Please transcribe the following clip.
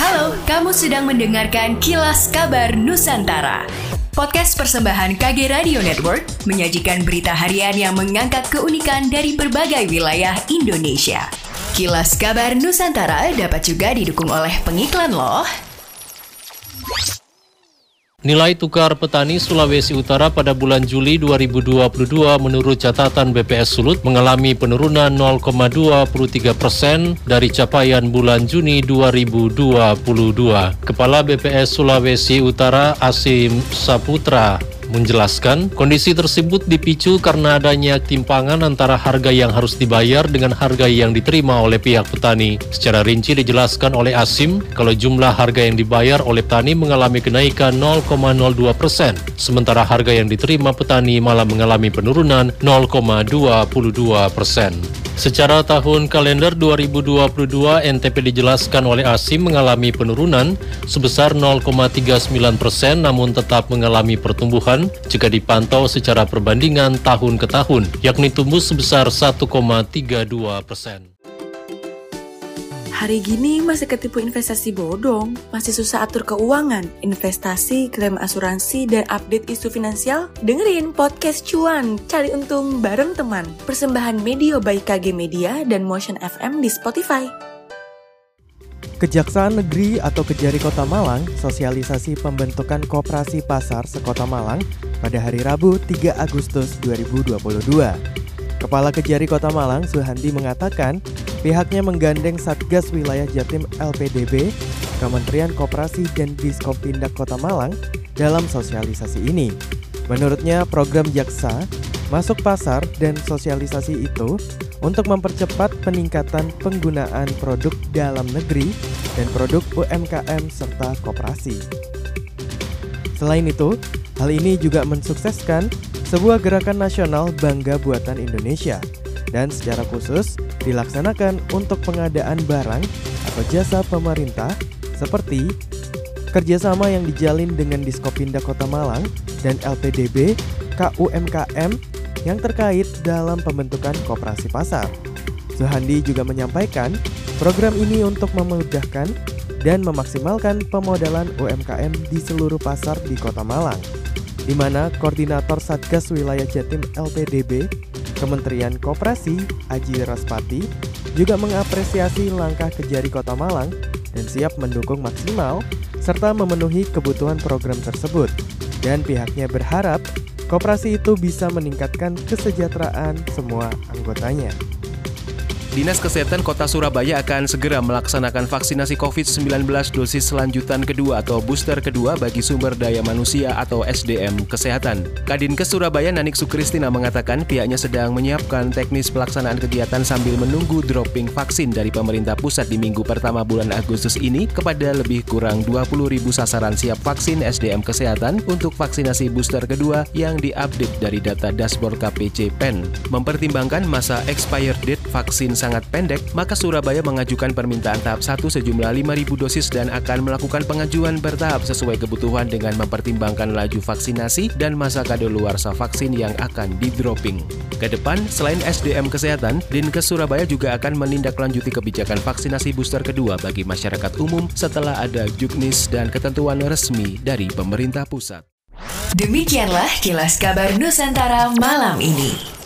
Halo, kamu sedang mendengarkan Kilas Kabar Nusantara. Podcast persembahan KG Radio Network menyajikan berita harian yang mengangkat keunikan dari berbagai wilayah Indonesia. Kilas Kabar Nusantara dapat juga didukung oleh pengiklan loh. Nilai tukar petani Sulawesi Utara pada bulan Juli 2022 menurut catatan BPS Sulut mengalami penurunan 0,23% dari capaian bulan Juni 2022. Kepala BPS Sulawesi Utara Asim Saputra menjelaskan, kondisi tersebut dipicu karena adanya timpangan antara harga yang harus dibayar dengan harga yang diterima oleh pihak petani. Secara rinci dijelaskan oleh Asim, kalau jumlah harga yang dibayar oleh petani mengalami kenaikan 0,02%, sementara harga yang diterima petani malah mengalami penurunan 0,22%. Secara tahun kalender 2022, NTP dijelaskan oleh Asim mengalami penurunan sebesar 0,39%, namun tetap mengalami pertumbuhan jika dipantau secara perbandingan tahun ke tahun, yakni tumbuh sebesar 1,32%. Hari gini masih ketipu investasi bodong, masih susah atur keuangan, investasi, klaim asuransi, dan update isu finansial? Dengerin Podcast Cuan, cari untung bareng teman. Persembahan Medio by KG Media dan Motion FM di Spotify. Kejaksaan Negeri atau Kejari Kota Malang sosialisasi pembentukan Koperasi Pasar Sekota Malang pada hari Rabu 3 Agustus 2022. Kepala Kejari Kota Malang, Suhandi, mengatakan pihaknya menggandeng Satgas Wilayah Jatim LPDB, Kementerian Koperasi dan Diskompindak Kota Malang dalam sosialisasi ini. Menurutnya, program Jaksa masuk pasar dan sosialisasi itu untuk mempercepat peningkatan penggunaan produk dalam negeri dan produk UMKM serta koperasi. Selain itu, hal ini juga mensukseskan sebuah gerakan nasional Bangga Buatan Indonesia dan secara khusus dilaksanakan untuk pengadaan barang atau jasa pemerintah seperti kerjasama yang dijalin dengan Diskompindak Kota Malang dan LPDB KUMKM yang terkait dalam pembentukan koperasi pasar. Suhandi juga menyampaikan program ini untuk memudahkan dan memaksimalkan pemodalan UMKM di seluruh pasar di Kota Malang, di mana Koordinator Satgas Wilayah Jatim LPDB Kementerian Koperasi Aji Raspati juga mengapresiasi langkah Kejari Kota Malang dan siap mendukung maksimal serta memenuhi kebutuhan program tersebut, dan pihaknya berharap koperasi itu bisa meningkatkan kesejahteraan semua anggotanya. Dinas Kesehatan Kota Surabaya akan segera melaksanakan vaksinasi COVID-19 dosis lanjutan kedua atau booster kedua bagi sumber daya manusia atau SDM Kesehatan. Kadinkes Surabaya Nanik Sukristina mengatakan pihaknya sedang menyiapkan teknis pelaksanaan kegiatan sambil menunggu dropping vaksin dari pemerintah pusat di minggu pertama bulan Agustus ini kepada lebih kurang 20.000 sasaran siap vaksin SDM Kesehatan untuk vaksinasi booster kedua yang diupdate dari data dashboard KPC PEN. Mempertimbangkan masa expired date vaksin sangat pendek, maka Surabaya mengajukan permintaan tahap 1 sejumlah 5.000 dosis dan akan melakukan pengajuan bertahap sesuai kebutuhan dengan mempertimbangkan laju vaksinasi dan masa kadaluarsa vaksin yang akan di-dropping. Kedepan, selain SDM Kesehatan, Dinkes Surabaya juga akan menindaklanjuti kebijakan vaksinasi booster kedua bagi masyarakat umum setelah ada juknis dan ketentuan resmi dari pemerintah pusat. Demikianlah Kilas Kabar Nusantara malam ini.